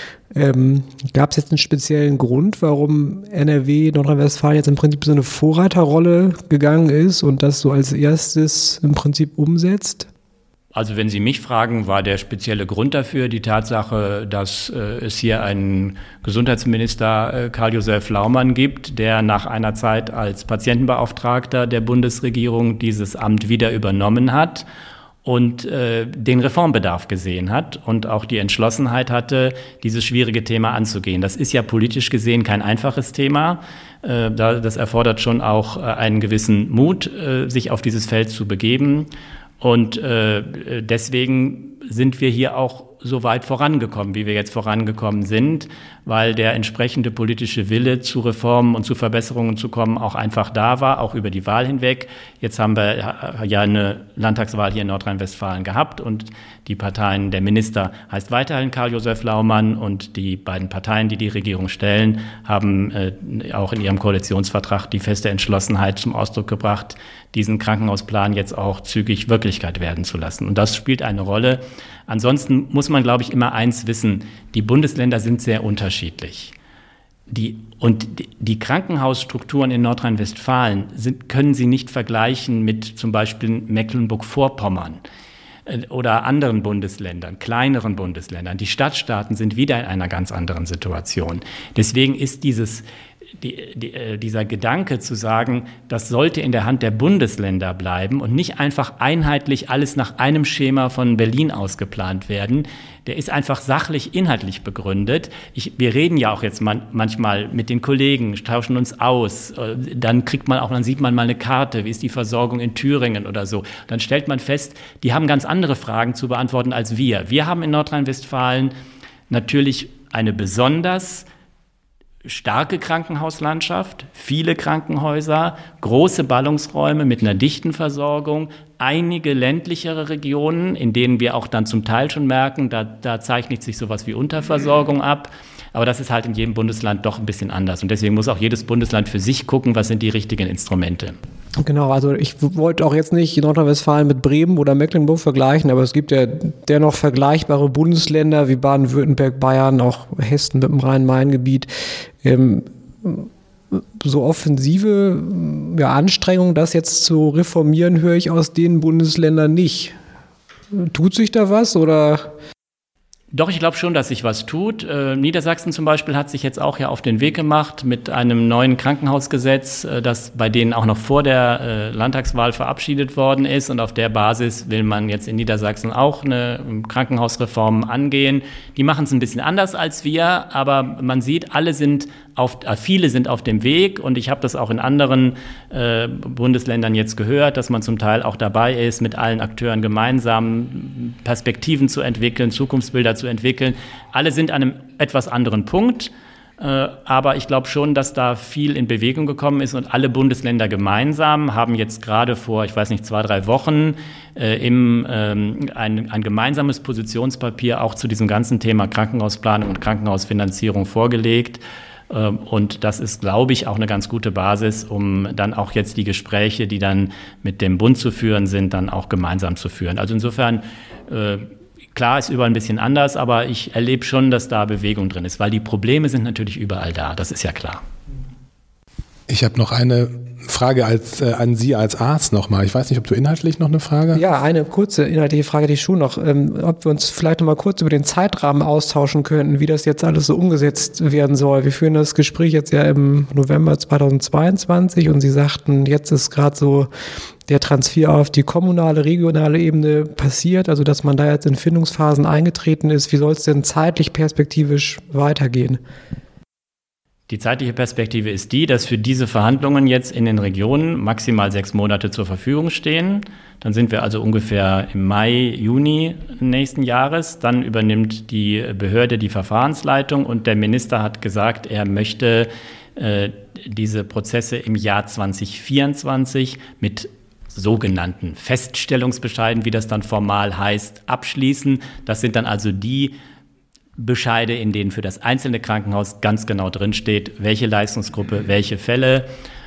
Gab es jetzt einen speziellen Grund, warum NRW, Nordrhein-Westfalen jetzt im Prinzip so eine Vorreiterrolle gegangen ist und das so als erstes im Prinzip umsetzt? Also wenn Sie mich fragen, war der spezielle Grund dafür die Tatsache, dass es hier einen Gesundheitsminister Karl-Josef Laumann gibt, der nach einer Zeit als Patientenbeauftragter der Bundesregierung dieses Amt wieder übernommen hat und den Reformbedarf gesehen hat und auch die Entschlossenheit hatte, dieses schwierige Thema anzugehen. Das ist ja politisch gesehen kein einfaches Thema. Das erfordert schon auch einen gewissen Mut, sich auf dieses Feld zu begeben. Und deswegen sind wir hier auch so weit vorangekommen, wie wir jetzt vorangekommen sind, weil der entsprechende politische Wille zu Reformen und zu Verbesserungen zu kommen auch einfach da war, auch über die Wahl hinweg. Jetzt haben wir ja eine Landtagswahl hier in Nordrhein-Westfalen gehabt und die Parteien, der Minister heißt weiterhin Karl-Josef Laumann und die beiden Parteien, die die Regierung stellen, haben auch in ihrem Koalitionsvertrag die feste Entschlossenheit zum Ausdruck gebracht, diesen Krankenhausplan jetzt auch zügig Wirklichkeit werden zu lassen. Und das spielt eine Rolle. Ansonsten muss man, glaube ich, immer eins wissen, die Bundesländer sind sehr unterschiedlich. Die Krankenhausstrukturen in Nordrhein-Westfalen können Sie nicht vergleichen mit zum Beispiel Mecklenburg-Vorpommern oder anderen Bundesländern, kleineren Bundesländern. Die Stadtstaaten sind wieder in einer ganz anderen Situation. Deswegen ist dieser Gedanke zu sagen, das sollte in der Hand der Bundesländer bleiben und nicht einfach einheitlich alles nach einem Schema von Berlin aus geplant werden, der ist einfach sachlich, inhaltlich begründet. Wir reden ja auch jetzt manchmal mit den Kollegen, tauschen uns aus, dann sieht man mal eine Karte, wie ist die Versorgung in Thüringen oder so. Dann stellt man fest, die haben ganz andere Fragen zu beantworten als wir. Wir haben in Nordrhein-Westfalen natürlich eine besonders starke Krankenhauslandschaft, viele Krankenhäuser, große Ballungsräume mit einer dichten Versorgung, einige ländlichere Regionen, in denen wir auch dann zum Teil schon merken, da zeichnet sich sowas wie Unterversorgung ab. Aber das ist halt in jedem Bundesland doch ein bisschen anders. Und deswegen muss auch jedes Bundesland für sich gucken, was sind die richtigen Instrumente. Genau, also ich wollte auch jetzt nicht Nordrhein-Westfalen mit Bremen oder Mecklenburg vergleichen, aber es gibt ja dennoch vergleichbare Bundesländer wie Baden-Württemberg, Bayern, auch Hessen mit dem Rhein-Main-Gebiet. So offensive Anstrengungen, das jetzt zu reformieren, höre ich aus den Bundesländern nicht. Tut sich da was oder? Doch, ich glaube schon, dass sich was tut. Niedersachsen zum Beispiel hat sich jetzt auch ja auf den Weg gemacht mit einem neuen Krankenhausgesetz, das bei denen auch noch vor der Landtagswahl verabschiedet worden ist. Und auf der Basis will man jetzt in Niedersachsen auch eine Krankenhausreform angehen. Die machen es ein bisschen anders als wir, aber man sieht, viele sind auf dem Weg. Und ich habe das auch in anderen Bundesländern jetzt gehört, dass man zum Teil auch dabei ist, mit allen Akteuren gemeinsam Perspektiven zu entwickeln, Zukunftsbilder zu entwickeln. Alle sind an einem etwas anderen Punkt, aber ich glaube schon, dass da viel in Bewegung gekommen ist und alle Bundesländer gemeinsam haben jetzt gerade vor, 2-3 Wochen ein gemeinsames Positionspapier auch zu diesem ganzen Thema Krankenhausplanung und Krankenhausfinanzierung vorgelegt. Und das ist, glaube ich, auch eine ganz gute Basis, um dann auch jetzt die Gespräche, die dann mit dem Bund zu führen sind, dann auch gemeinsam zu führen. Also insofern, klar ist überall ein bisschen anders, aber ich erlebe schon, dass da Bewegung drin ist, weil die Probleme sind natürlich überall da, das ist ja klar. Ich habe noch eine Frage an Sie als Arzt nochmal. Ich weiß nicht, ob du inhaltlich noch eine Frage? Ja, eine kurze inhaltliche Frage, die schon noch. Ob wir uns vielleicht noch mal kurz über den Zeitrahmen austauschen könnten, wie das jetzt alles so umgesetzt werden soll. Wir führen das Gespräch jetzt ja im November 2022 und Sie sagten, jetzt ist gerade so der Transfer auf die kommunale, regionale Ebene passiert, also dass man da jetzt in Findungsphasen eingetreten ist. Wie soll es denn zeitlich perspektivisch weitergehen? Die zeitliche Perspektive ist die, dass für diese Verhandlungen jetzt in den Regionen maximal 6 Monate zur Verfügung stehen. Dann sind wir also ungefähr im Mai, Juni nächsten Jahres. Dann übernimmt die Behörde die Verfahrensleitung und der Minister hat gesagt, er möchte diese Prozesse im Jahr 2024 mit sogenannten Feststellungsbescheiden, wie das dann formal heißt, abschließen. Das sind dann also die Bescheide, in denen für das einzelne Krankenhaus ganz genau drinsteht, welche Leistungsgruppe, welche Fälle.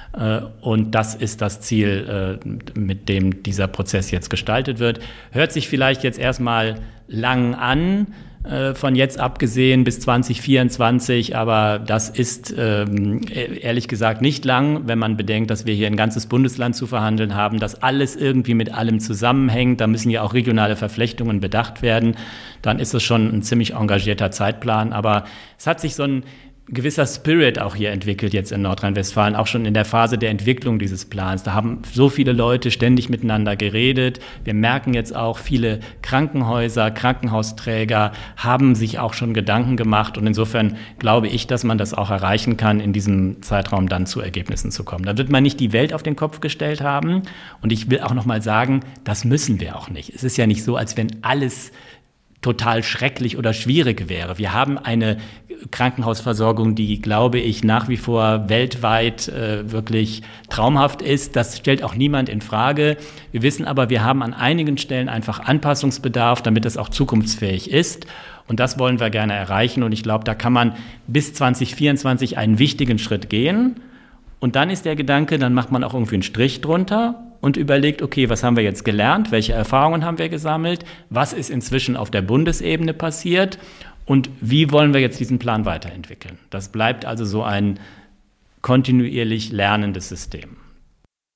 Und das ist das Ziel, mit dem dieser Prozess jetzt gestaltet wird. Hört sich vielleicht jetzt erstmal lang an, von jetzt abgesehen bis 2024, aber das ist ehrlich gesagt nicht lang, wenn man bedenkt, dass wir hier ein ganzes Bundesland zu verhandeln haben, dass alles irgendwie mit allem zusammenhängt, da müssen ja auch regionale Verflechtungen bedacht werden, dann ist es schon ein ziemlich engagierter Zeitplan, aber es hat sich so ein gewisser Spirit auch hier entwickelt jetzt in Nordrhein-Westfalen, auch schon in der Phase der Entwicklung dieses Plans. Da haben so viele Leute ständig miteinander geredet. Wir merken jetzt auch, viele Krankenhäuser, Krankenhausträger haben sich auch schon Gedanken gemacht und insofern glaube ich, dass man das auch erreichen kann, in diesem Zeitraum dann zu Ergebnissen zu kommen. Da wird man nicht die Welt auf den Kopf gestellt haben und ich will auch noch mal sagen, das müssen wir auch nicht. Es ist ja nicht so, als wenn alles total schrecklich oder schwierig wäre. Wir haben eine Krankenhausversorgung, die, glaube ich, nach wie vor weltweit wirklich traumhaft ist. Das stellt auch niemand in Frage. Wir wissen aber, wir haben an einigen Stellen einfach Anpassungsbedarf, damit es auch zukunftsfähig ist. Und das wollen wir gerne erreichen. Und ich glaube, da kann man bis 2024 einen wichtigen Schritt gehen. Und dann ist der Gedanke, dann macht man auch irgendwie einen Strich drunter und überlegt, okay, was haben wir jetzt gelernt, welche Erfahrungen haben wir gesammelt, was ist inzwischen auf der Bundesebene passiert und wie wollen wir jetzt diesen Plan weiterentwickeln. Das bleibt also so ein kontinuierlich lernendes System.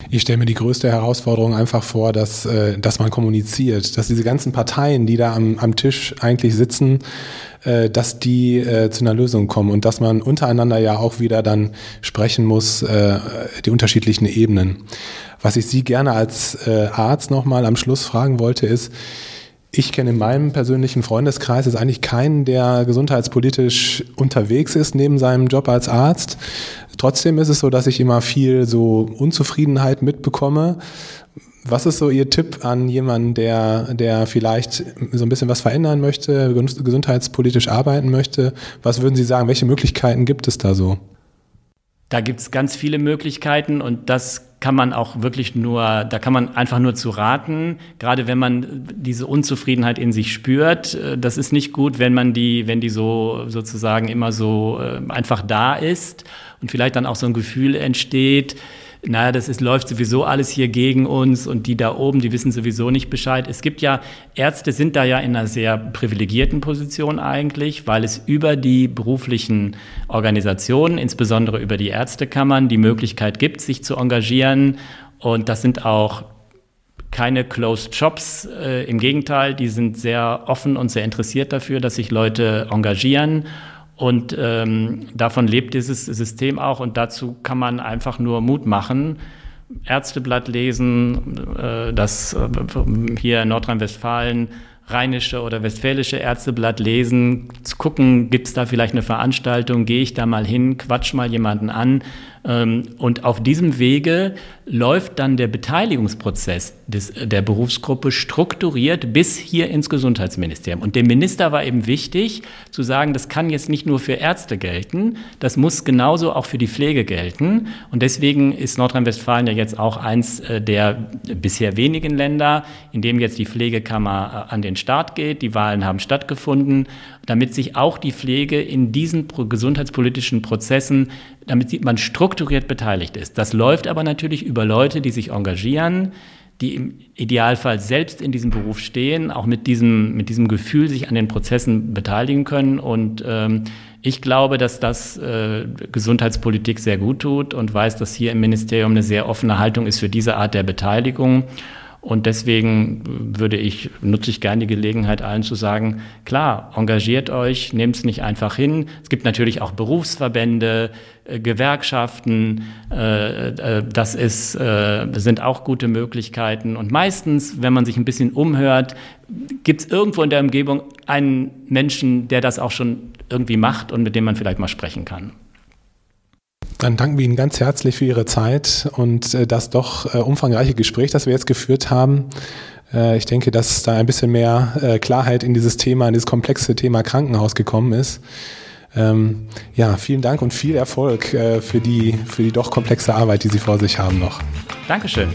Ich stelle mir die größte Herausforderung einfach vor, dass man kommuniziert, dass diese ganzen Parteien, die da am Tisch eigentlich sitzen, dass die zu einer Lösung kommen und dass man untereinander ja auch wieder dann sprechen muss, die unterschiedlichen Ebenen. Was ich Sie gerne als Arzt nochmal am Schluss fragen wollte, ist, ich kenne in meinem persönlichen Freundeskreis jetzt eigentlich keinen, der gesundheitspolitisch unterwegs ist neben seinem Job als Arzt. Trotzdem ist es so, dass ich immer viel so Unzufriedenheit mitbekomme. Was ist so Ihr Tipp an jemanden, der vielleicht so ein bisschen was verändern möchte, gesundheitspolitisch arbeiten möchte? Was würden Sie sagen, welche Möglichkeiten gibt es da so? Da gibt es ganz viele Möglichkeiten und das kann man auch wirklich da kann man einfach nur zu raten, gerade wenn man diese Unzufriedenheit in sich spürt. Das ist nicht gut, wenn die so sozusagen immer so einfach da ist und vielleicht dann auch so ein Gefühl entsteht, naja, läuft sowieso alles hier gegen uns und die da oben, die wissen sowieso nicht Bescheid. Es gibt ja, Ärzte sind da ja in einer sehr privilegierten Position eigentlich, weil es über die beruflichen Organisationen, insbesondere über die Ärztekammern, die Möglichkeit gibt, sich zu engagieren. Und das sind auch keine Closed Shops. Im Gegenteil, die sind sehr offen und sehr interessiert dafür, dass sich Leute engagieren. Und davon lebt dieses System auch und dazu kann man einfach nur Mut machen. Ärzteblatt lesen, das hier in Nordrhein-Westfalen rheinische oder westfälische Ärzteblatt lesen, zu gucken, gibt es da vielleicht eine Veranstaltung, gehe ich da mal hin, quatsch mal jemanden an. Und auf diesem Wege läuft dann der Beteiligungsprozess der Berufsgruppe strukturiert bis hier ins Gesundheitsministerium. Und dem Minister war eben wichtig zu sagen, das kann jetzt nicht nur für Ärzte gelten, das muss genauso auch für die Pflege gelten. Und deswegen ist Nordrhein-Westfalen ja jetzt auch eins der bisher wenigen Länder, in dem jetzt die Pflegekammer an den Start geht. Die Wahlen haben stattgefunden, damit sich auch die Pflege in diesen gesundheitspolitischen Prozessen, damit man strukturiert beteiligt ist. Das läuft aber natürlich über Leute, die sich engagieren, die im Idealfall selbst in diesem Beruf stehen, auch mit diesem Gefühl sich an den Prozessen beteiligen können. Und ich glaube, dass das Gesundheitspolitik sehr gut tut und weiß, dass hier im Ministerium eine sehr offene Haltung ist für diese Art der Beteiligung. Und deswegen nutze ich gerne die Gelegenheit, allen zu sagen, klar, engagiert euch, nehmt es nicht einfach hin. Es gibt natürlich auch Berufsverbände, Gewerkschaften, das sind auch gute Möglichkeiten. Und meistens, wenn man sich ein bisschen umhört, gibt es irgendwo in der Umgebung einen Menschen, der das auch schon irgendwie macht und mit dem man vielleicht mal sprechen kann. Dann danken wir Ihnen ganz herzlich für Ihre Zeit und das doch umfangreiche Gespräch, das wir jetzt geführt haben. Ich denke, dass da ein bisschen mehr Klarheit in dieses komplexe Thema Krankenhaus gekommen ist. Vielen Dank und viel Erfolg für die doch komplexe Arbeit, die Sie vor sich haben noch. Dankeschön.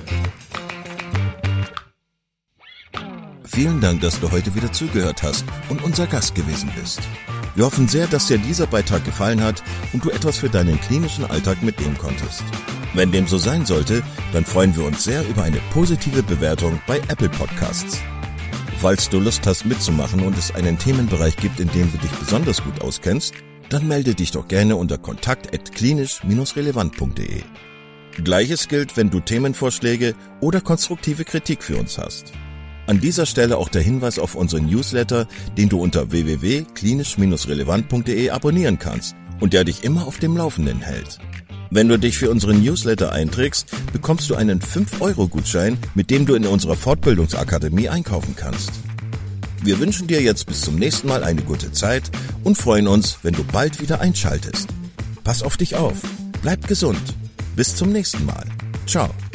Vielen Dank, dass du heute wieder zugehört hast und unser Gast gewesen bist. Wir hoffen sehr, dass dir dieser Beitrag gefallen hat und du etwas für deinen klinischen Alltag mitnehmen konntest. Wenn dem so sein sollte, dann freuen wir uns sehr über eine positive Bewertung bei Apple Podcasts. Falls du Lust hast mitzumachen und es einen Themenbereich gibt, in dem du dich besonders gut auskennst, dann melde dich doch gerne unter kontakt@klinisch-relevant.de. Gleiches gilt, wenn du Themenvorschläge oder konstruktive Kritik für uns hast. An dieser Stelle auch der Hinweis auf unseren Newsletter, den du unter www.klinisch-relevant.de abonnieren kannst und der dich immer auf dem Laufenden hält. Wenn du dich für unseren Newsletter einträgst, bekommst du einen 5-Euro-Gutschein, mit dem du in unserer Fortbildungsakademie einkaufen kannst. Wir wünschen dir jetzt bis zum nächsten Mal eine gute Zeit und freuen uns, wenn du bald wieder einschaltest. Pass auf dich auf, bleib gesund. Bis zum nächsten Mal. Ciao.